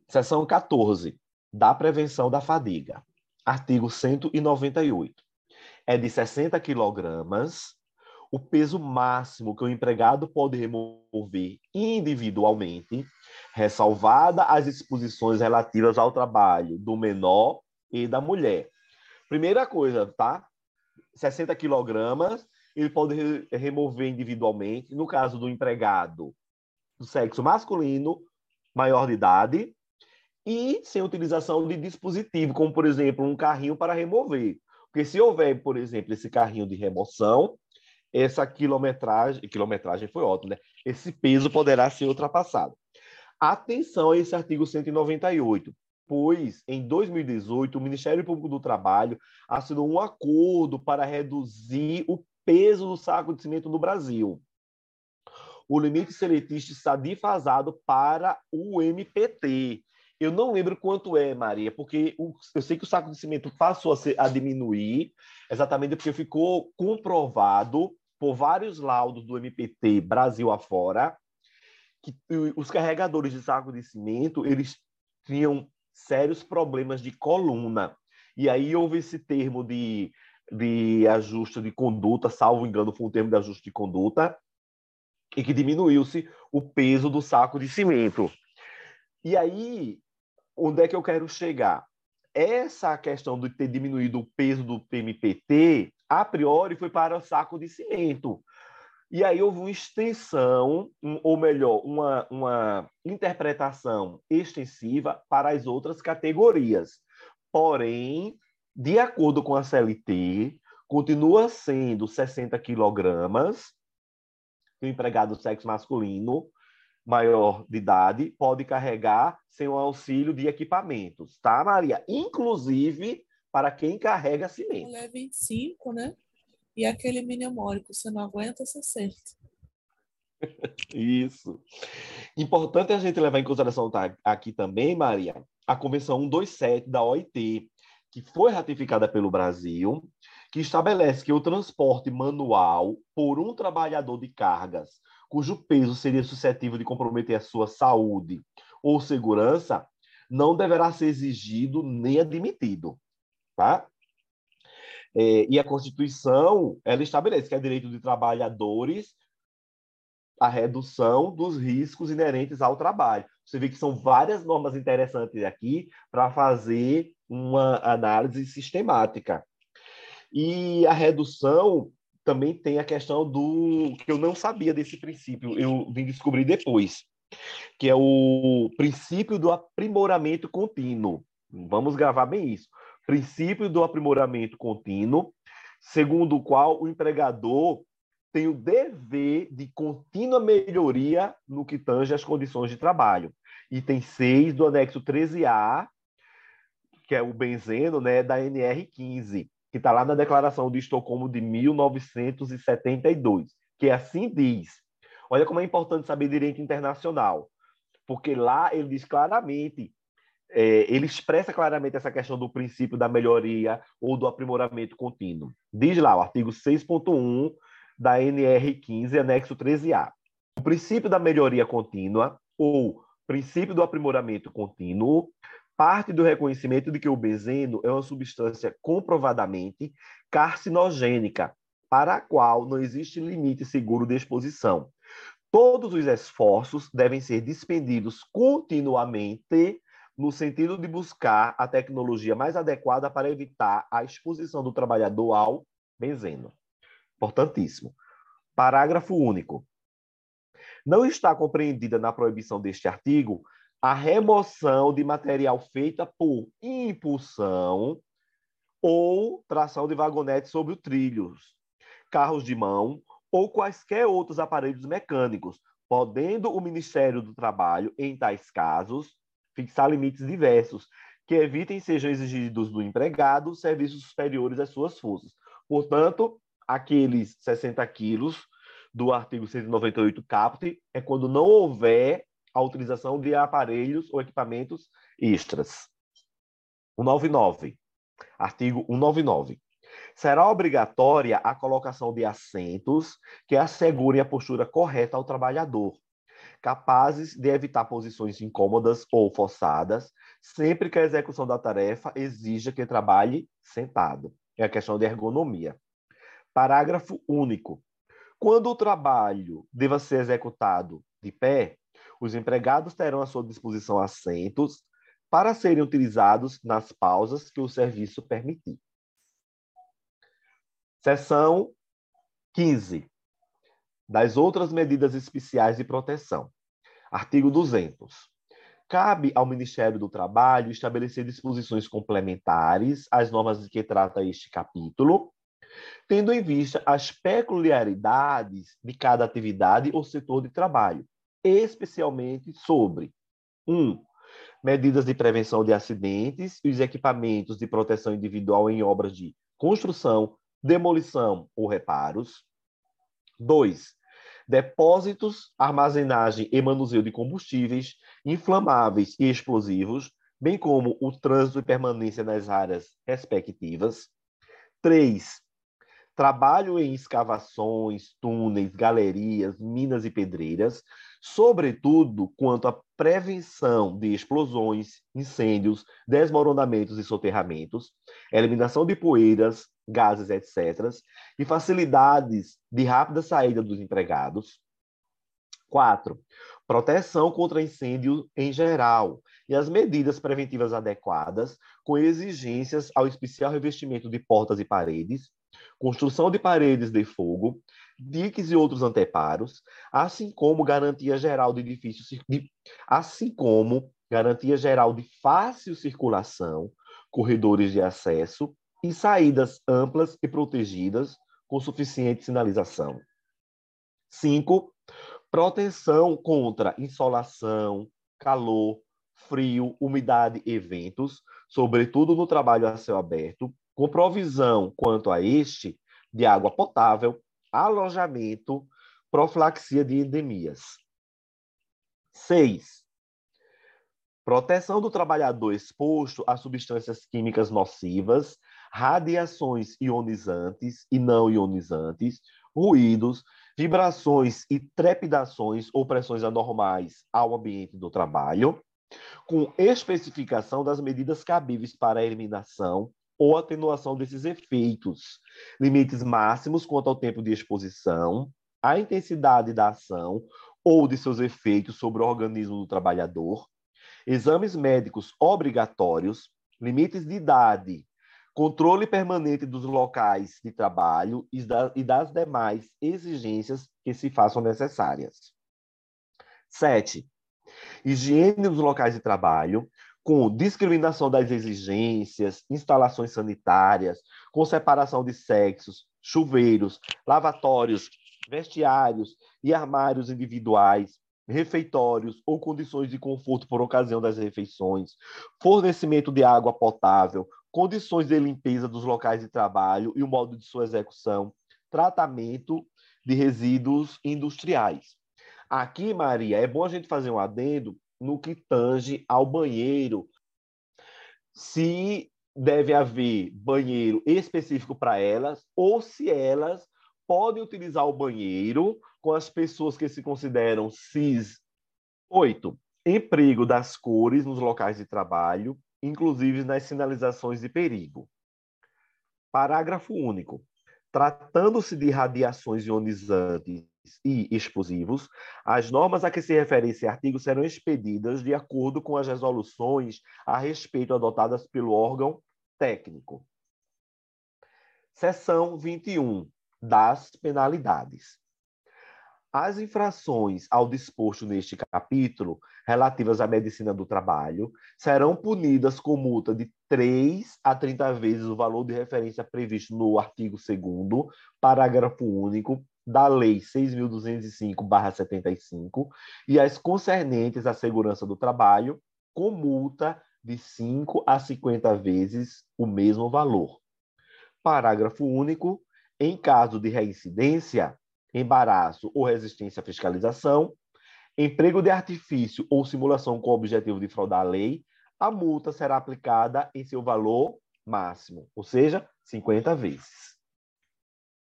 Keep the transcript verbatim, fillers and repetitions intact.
Seção quatorze, da prevenção da fadiga. Artigo cento e noventa e oito. É de sessenta quilogramas o peso máximo que o empregado pode remover individualmente, ressalvada as disposições relativas ao trabalho do menor e da mulher. Primeira coisa, tá? sessenta quilogramas, ele pode re remover individualmente, no caso do empregado do sexo masculino, maior de idade, e sem utilização de dispositivo, como, por exemplo, um carrinho para remover. Porque se houver, por exemplo, esse carrinho de remoção, essa quilometragem, quilometragem foi ótimo, né? Esse peso poderá ser ultrapassado. Atenção a esse artigo cento e noventa e oito, pois, em dois mil e dezoito, o Ministério Público do Trabalho assinou um acordo para reduzir o peso do saco de cimento no Brasil. O limite seletista está defasado para o M P T. Eu não lembro quanto é, Maria, porque o, eu sei que o saco de cimento passou a, ser, a diminuir, exatamente porque ficou comprovado por vários laudos do M P T Brasil afora, que os carregadores de saco de cimento, eles tinham sérios problemas de coluna. E aí houve esse termo de, de ajuste de conduta, salvo engano, foi um termo de ajuste de conduta, e que diminuiu-se o peso do saco de cimento. E aí, onde é que eu quero chegar? Essa questão de ter diminuído o peso do M P T, a priori, foi para o saco de cimento. E aí houve uma extensão, ou melhor, uma, uma interpretação extensiva para as outras categorias. Porém, de acordo com a C L T, continua sendo sessenta quilogramas que o empregado do sexo masculino maior de idade pode carregar sem o auxílio de equipamentos, tá, Maria? Inclusive para quem carrega cimento. É vinte e cinco, né? E aquele mnemônico, você não aguenta, você sente. Isso. Importante a gente levar em consideração tá, aqui também, Maria, a Convenção cento e vinte e sete da O I T, que foi ratificada pelo Brasil, que estabelece que o transporte manual por um trabalhador de cargas, cujo peso seria suscetível de comprometer a sua saúde ou segurança, não deverá ser exigido nem admitido, tá? É, e a Constituição, ela estabelece que é direito de trabalhadores a redução dos riscos inerentes ao trabalho. Você vê que são várias normas interessantes aqui para fazer uma análise sistemática. E a redução também tem a questão do que eu não sabia desse princípio, eu vim descobrir depois, que é o princípio do aprimoramento contínuo. Vamos gravar bem isso. Princípio do aprimoramento contínuo, segundo o qual o empregador tem o dever de contínua melhoria no que tange às condições de trabalho. Item seis do anexo treze A, que é o benzeno, né, da N R quinze, que está lá na Declaração de Estocolmo de mil novecentos e setenta e dois, que assim diz. Olha como é importante saber direito internacional, porque lá ele diz claramente, é, ele expressa claramente essa questão do princípio da melhoria ou do aprimoramento contínuo. Diz lá, o artigo seis ponto um da N R quinze, anexo treze A. O princípio da melhoria contínua, ou princípio do aprimoramento contínuo, parte do reconhecimento de que o benzeno é uma substância comprovadamente carcinogênica, para a qual não existe limite seguro de exposição. Todos os esforços devem ser dispendidos continuamente no sentido de buscar a tecnologia mais adequada para evitar a exposição do trabalhador ao benzeno. Importantíssimo. Parágrafo único. Não está compreendida na proibição deste artigo a remoção de material feita por impulsão ou tração de vagonetes sobre trilhos, carros de mão ou quaisquer outros aparelhos mecânicos, podendo o Ministério do Trabalho, em tais casos, fixar limites diversos que evitem sejam exigidos do empregado serviços superiores às suas forças. Portanto, aqueles sessenta quilos do artigo cento e noventa e oito caput é quando não houver a utilização de aparelhos ou equipamentos extras. cento e noventa e nove. Artigo cento e noventa e nove. Será obrigatória a colocação de assentos que assegurem a postura correta ao trabalhador. capazes de evitar posições incômodas ou forçadas, sempre que a execução da tarefa exija que trabalhe sentado. É a questão de ergonomia. Parágrafo único. Quando o trabalho deva ser executado de pé, os empregados terão à sua disposição assentos para serem utilizados nas pausas que o serviço permitir. Seção quinze. Das outras medidas especiais de proteção. Artigo duzentos. Cabe ao Ministério do Trabalho estabelecer disposições complementares às normas de que trata este capítulo, tendo em vista as peculiaridades de cada atividade ou setor de trabalho, especialmente sobre um. Medidas de prevenção de acidentes e os equipamentos de proteção individual em obras de construção, demolição ou reparos. dois. Depósitos, armazenagem e manuseio de combustíveis, inflamáveis e explosivos, bem como o trânsito e permanência nas áreas respectivas. três. Trabalho em escavações, túneis, galerias, minas e pedreiras, sobretudo quanto à prevenção de explosões, incêndios, desmoronamentos e soterramentos, eliminação de poeiras, gases, etcétera, e facilidades de rápida saída dos empregados. quatro. Proteção contra incêndio em geral e as medidas preventivas adequadas, com exigências ao especial revestimento de portas e paredes, construção de paredes de fogo, diques e outros anteparos, assim como garantia geral de edifícios, de, assim como garantia geral de fácil circulação, corredores de acesso e saídas amplas e protegidas com suficiente sinalização. cinco. Proteção contra insolação, calor, frio, umidade e ventos, sobretudo no trabalho a céu aberto, com provisão quanto a este de água potável, alojamento, profilaxia de endemias. seis. Proteção do trabalhador exposto a substâncias químicas nocivas, radiações ionizantes e não ionizantes, ruídos, vibrações e trepidações ou pressões anormais ao ambiente do trabalho, com especificação das medidas cabíveis para a eliminação ou atenuação desses efeitos, limites máximos quanto ao tempo de exposição, a intensidade da ação ou de seus efeitos sobre o organismo do trabalhador, exames médicos obrigatórios, limites de idade, controle permanente dos locais de trabalho e das demais exigências que se façam necessárias. sete. Higiene dos locais de trabalho, com discriminação das exigências, instalações sanitárias, com separação de sexos, chuveiros, lavatórios, vestiários e armários individuais, refeitórios ou condições de conforto por ocasião das refeições, fornecimento de água potável, condições de limpeza dos locais de trabalho e o modo de sua execução, tratamento de resíduos industriais. Aqui, Maria, é bom a gente fazer um adendo no que tange ao banheiro, se deve haver banheiro específico para elas ou se elas podem utilizar o banheiro com as pessoas que se consideram cis. oito. Emprego das cores nos locais de trabalho, inclusive nas sinalizações de perigo. Parágrafo único. Tratando-se de radiações ionizantes e explosivos, as normas a que se refere esse artigo serão expedidas de acordo com as resoluções a respeito adotadas pelo órgão técnico. Seção vinte e um. Das penalidades. As infrações ao disposto neste capítulo, relativas à medicina do trabalho, serão punidas com multa de três a trinta vezes o valor de referência previsto no artigo segundo, parágrafo único, da Lei seis mil duzentos e cinco barra setenta e cinco, e as concernentes à segurança do trabalho, com multa de cinco a cinquenta vezes o mesmo valor. Parágrafo único. Em caso de reincidência, embaraço ou resistência à fiscalização, emprego de artifício ou simulação com o objetivo de fraudar a lei, a multa será aplicada em seu valor máximo, ou seja, cinquenta vezes.